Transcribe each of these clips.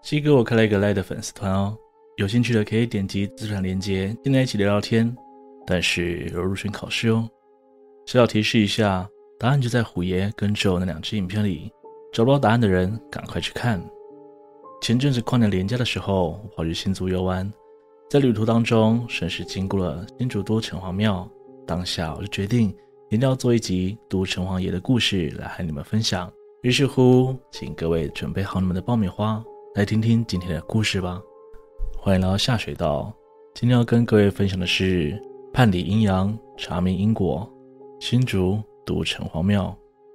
西哥我开了一个 LINE 的粉丝团哦，有兴趣的可以点击资产连结进来一起聊聊天，但是有入选考试哦。小小提示一下，答案就在虎爷跟Joe那2支影片里，找不到答案的人赶快去看。前阵子跨年连假的时候，我跑去新竹游玩，在旅途当中顺势经过了新竹都城隍庙，当下我就决定一定要做一集都城隍爷的故事来和你们分享。于是乎，请各位准备好你们的爆米花，来听听今天的故事吧。欢迎来到下水道，今天要跟各位分享的是判理阴阳，查明因果，新竹都城隍庙。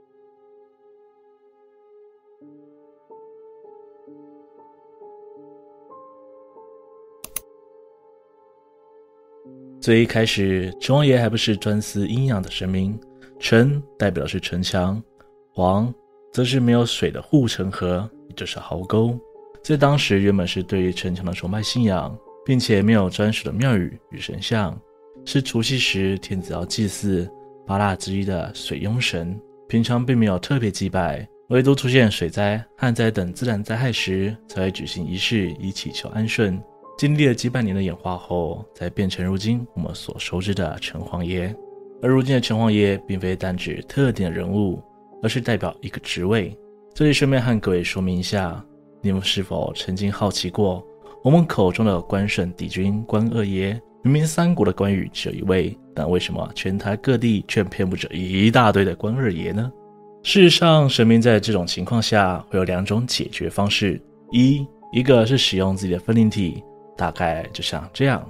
最一开始，城隍爷还不是专司阴阳的神明，城代表的是城墙，隍则是没有水的护城河，也就是壕沟。在当时原本是对于城墙的崇拜信仰，并且没有专属的庙宇与神像，是除夕时天子要祭祀8大之一的水庸神，平常并没有特别祭拜，唯独出现水灾、旱灾等自然灾害时才会举行仪式以祈求安顺。经历了几百年的演化后，才变成如今我们所熟知的城隍爷。而如今的城隍爷并非单指特定的人物，而是代表一个职位。这里顺便和各位说明一下，你们是否曾经好奇过，我们口中的关圣帝君关二爷，明明三国的关羽只有一位，但为什么全台各地却遍布着一大堆的关二爷呢？事实上，神明在这种情况下会有2种解决方式，一个是使用自己的分灵体，大概就像这样，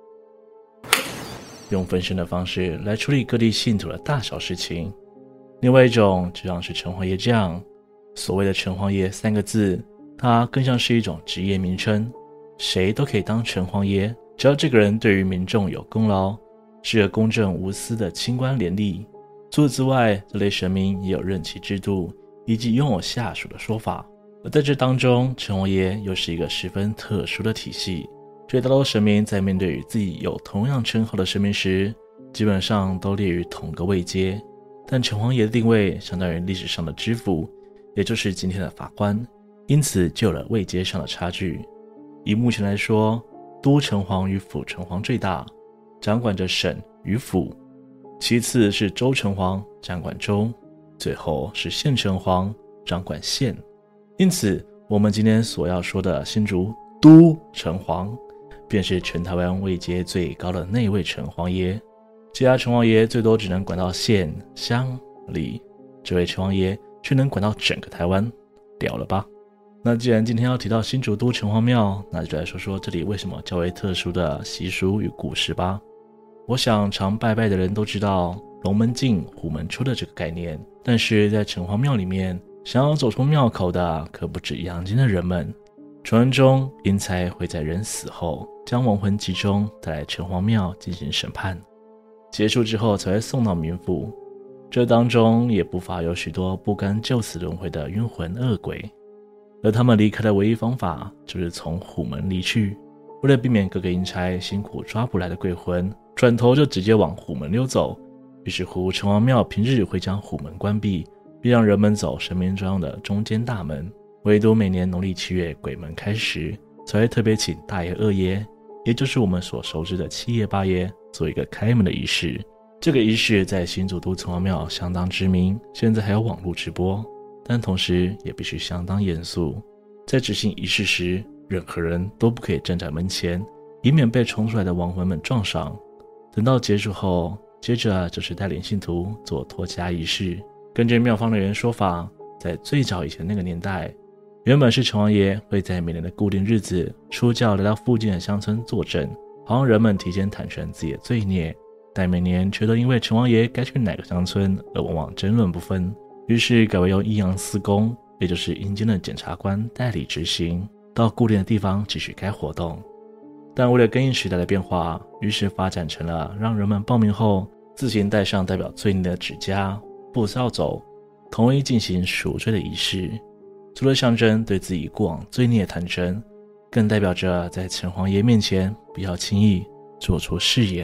用分身的方式来处理各地信徒的大小事情。另外一种就像是城隍爷这样，所谓的城隍爷3个字，它更像是一种职业名称，谁都可以当城隍爷，只要这个人对于民众有功劳，是个公正无私的清官廉吏。除此之外，这类神明也有任期制度以及拥有下属的说法。而在这当中，城隍爷又是一个十分特殊的体系，绝大多数神明在面对与自己有同样称号的神明时，基本上都列于同个位阶。但城隍爷的定位相当于历史上的知府，也就是今天的法官，因此就有了位阶上的差距。以目前来说，都城隍与府城隍最大，掌管着省与府，其次是州城隍，掌管州，最后是县城隍，掌管县。因此我们今天所要说的新竹都城隍，便是全台湾位阶最高的那位城隍爷。其他城隍爷最多只能管到县、乡、里，这位城隍爷却能管到整个台湾，屌了吧？那既然今天要提到新竹都城隍庙，那就来说说这里为什么较为特殊的习俗与故事吧。我想常拜拜的人都知道龙门进虎门出的这个概念，但是在城隍庙里面，想要走出庙口的可不止阳间的人们。传闻中，阴差会在人死后将亡魂集中带来城隍庙进行审判，结束之后才会送到冥府。这当中也不乏有许多不甘就此轮回的冤魂恶鬼，而他们离开的唯一方法就是从虎门离去。为了避免各个阴差辛苦抓捕来的鬼魂转头就直接往虎门溜走，于是乎城隍庙平日会将虎门关闭，并让人们走神明专用的中间大门，唯独每年农历7月鬼门开时，才会特别请大爷二爷，也就是我们所熟知的7爷8爷做一个开门的仪式。这个仪式在新竹都城隍庙相当知名，现在还有网络直播，但同时也必须相当严肃。在执行仪式时，任何人都不可以站在门前，以免被冲出来的亡魂们撞上。等到结束后，接着就是带领信徒做脱甲仪式。根据庙方人员说法，在最早以前那个年代，原本是城隍爷会在每年的固定日子出教来到附近的乡村坐镇，好让人们提前坦诚自己的罪孽，但每年却都因为城隍爷该去哪个乡村而往往争论不分，于是改为由阴阳司公，也就是阴间的检察官代理执行，到固定的地方继续该活动。但为了更应时代的变化，于是发展成了让人们报名后自行带上代表罪孽的指甲、布扫帚，统一进行赎罪的仪式。除了象征对自己过往罪孽坦诚，更代表着在城隍爷面前不要轻易做出誓言。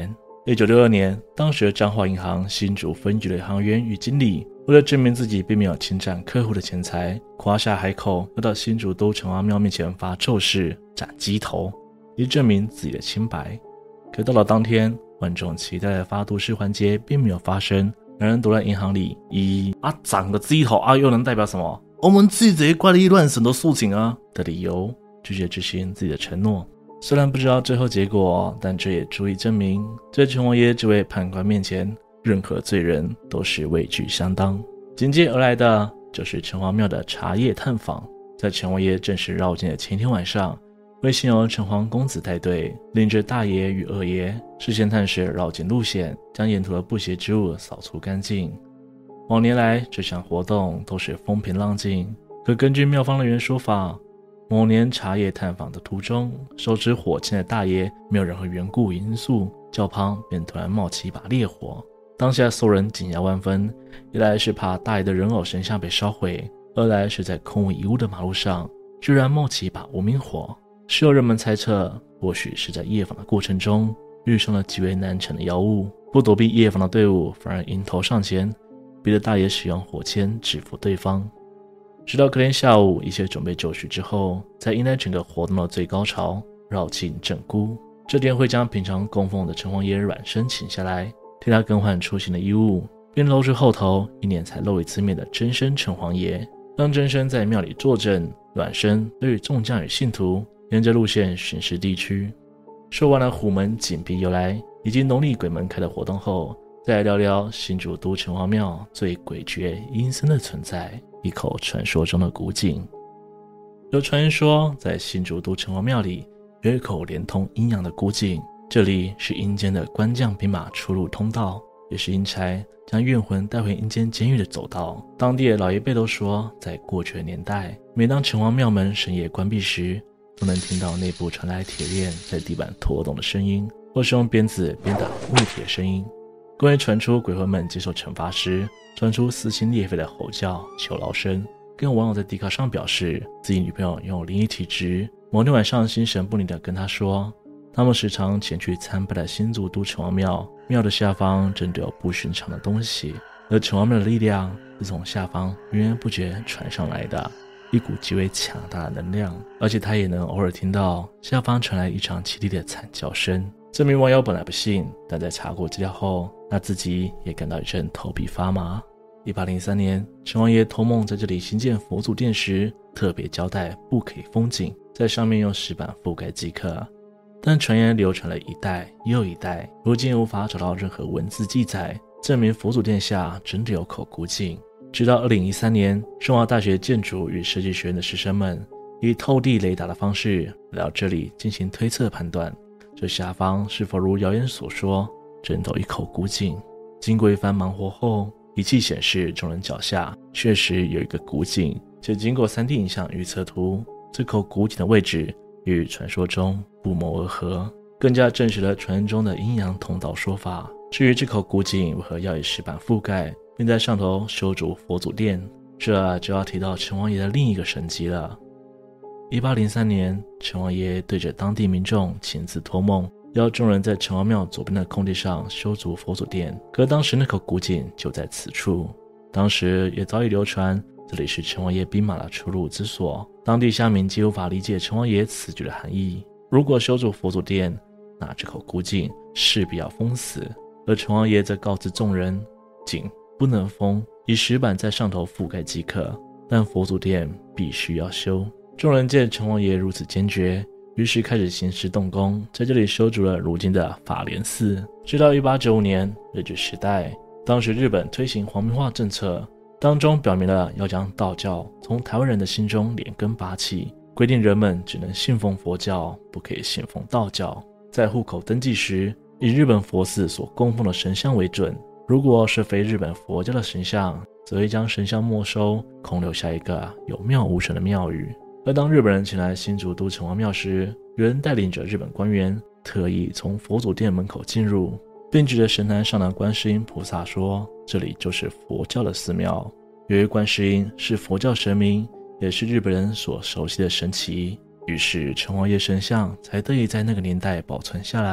1962年，当时的彰化银行新竹分局的行员与经理，为了证明自己并没有侵占客户的钱财，夸下海口，要到新竹都城隍庙面前发咒誓斩鸡头，以证明自己的清白。可到了当天，万众期待的发毒誓环节并没有发生，两人躲在银行里，以长个鸡头又能代表什么？我们自己怪力乱神的事情的理由，拒绝执行自己的承诺。虽然不知道最后结果，但这也足以证明，在城隍爷这位判官面前，任何罪人都是畏惧相当。紧接而来的就是城隍庙的茶叶探访。在城隍爷正式绕境的前天晚上，为先由城隍公子带队，领着大爷与二爷事先探视绕境路线，将沿途的不协之物扫除干净。往年来这项活动都是风平浪静，可根据庙方人员说法，某年茶叶探访的途中，手持火签的大爷没有任何缘故因素，轿旁便突然冒起一把烈火。当下所有人紧张万分，一来是怕大爷的人偶神像被烧毁，二来是在空无一物的马路上居然冒起一把无名火。事后人们猜测，或许是在夜访的过程中遇上了极为难缠的妖物，不躲避夜访的队伍反而迎头上前，逼得大爷使用火签制服对方。直到隔天下午，一切准备就绪之后，才迎来整个活动的最高潮——绕境正姑。这天会将平常供奉的城隍爷软身请下来，替他更换出行的衣物，并露出后头1年才露一次面的真身城隍爷，让真身在庙里坐镇，软身对于众将与信徒沿着路线巡视地区。说完了虎门紧闭由来以及农历鬼门开的活动后，再来聊聊新竹都城隍庙最诡谲阴森的存在——一口传说中的古井。有传言说，在新竹都城隍庙里有一口连通阴阳的古井，这里是阴间的官将兵马出入通道，也是阴差将怨魂带回阴间监狱的走道。当地的老爷辈都说，在过去的年代，每当城隍庙门深夜关闭时，都能听到内部传来铁链在地板拖动的声音，或是用鞭子鞭打木铁声音。更会传出鬼魂们接受惩罚时传出撕心裂肺的吼叫求饶声。更有网友在迪卡上表示，自己女朋友拥有灵异体质，某天晚上心神不宁地跟他说，他们时常前去参拜的新竹都城隍庙，庙的下方真的有不寻常的东西，而城隍庙的力量是从下方源源不绝传上来的，一股极为强大的能量，而且他也能偶尔听到下方传来异常凄厉的惨叫声。这名网友本来不信，但在查过资料后，他自己也感到一阵头皮发麻。1803年，城隍爷托梦在这里兴建佛祖殿时，特别交代不可以封井，在上面用石板覆盖即可。但传言流传了一代又一代，如今无法找到任何文字记载证明佛祖殿下真的有口古井。直到2013年，中华大学建筑与设计学院的师生们以透地雷达的方式来到这里进行推测判断，这下方是否如谣言所说，真的有一口古井。经过一番忙活后，仪器显示众人脚下确实有一个古井，且经过3D 影像预测图，这口古井的位置与传说中不谋而合，更加证实了传言中的阴阳通道说法。至于这口古井为何要以石板覆盖，并在上头修筑佛祖殿，这就要提到城隍爷的另一个神迹了。1803年，城隍爷对着当地民众亲自托梦，要众人在城隍庙左边的空地上修筑佛祖殿，可当时那口古井就在此处。当时也早已流传这里是城隍爷兵马的出入之所，当地乡民皆无法理解城隍爷此举的含义。如果修筑佛祖殿，那这口古井势必要封死，而城隍爷则告知众人，井不能封，以石板在上头覆盖即可，但佛祖殿必须要修。众人见城隍爷如此坚决，于是开始兴师动工，在这里修筑了如今的法莲寺。直到1895年日据时代，当时日本推行皇民化政策，当中表明了要将道教从台湾人的心中连根拔起，规定人们只能信奉佛教，不可以信奉道教。在户口登记时，以日本佛寺所供奉的神像为准，如果是非日本佛教的神像，则会将神像没收，空留下一个有庙无神的庙宇。而当日本人前来新竹都城隍庙时，有人带领着日本官员特意从佛祖殿门口进入，并指着神坛上的观世音菩萨说，这里就是佛教的寺庙。由于观世音是佛教神明，也是日本人所熟悉的神祇，于是城隍爷神像才得以在那个年代保存下来。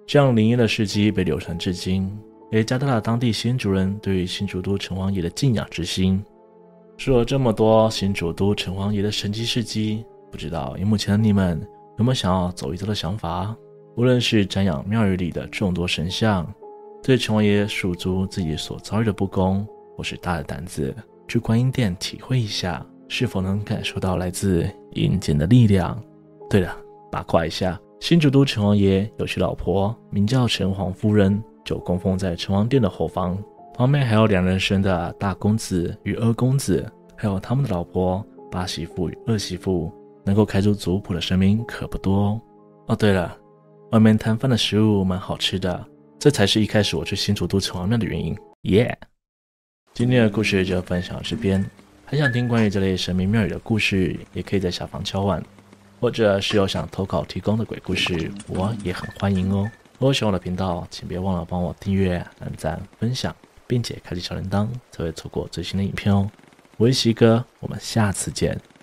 这样灵验的事迹被流传至今，也加大了当地新竹人对于新竹都城隍爷的敬仰之心。说了这么多新竹都城隍爷的神奇事迹，不知道荧幕前的你们有没有想要走一遭的想法？无论是瞻仰庙宇里的众多神像，对城隍爷诉诸自己所遭遇的不公，或是大着胆子去观音殿体会一下，是否能感受到来自阴间的力量？对了，八卦一下，新竹都城隍爷有其老婆名叫城隍夫人，就供奉在城隍殿的后方，旁边还有2人生的大公子与二公子，还有他们的老婆八媳妇与二媳妇，能够开出族谱的神明可不多哦。哦对了，外面摊贩的食物蛮好吃的，这才是一开始我去新竹都城隍庙的原因耶。今天的故事就分享到这边，还想听关于这类神明庙宇的故事，也可以在下方敲碗，或者是有想投稿提供的鬼故事，我也很欢迎哦。如果喜欢我的频道，请别忘了帮我订阅、按赞、分享，并且开启小铃铛，才会错过最新的影片哦。我是西哥，我们下次见。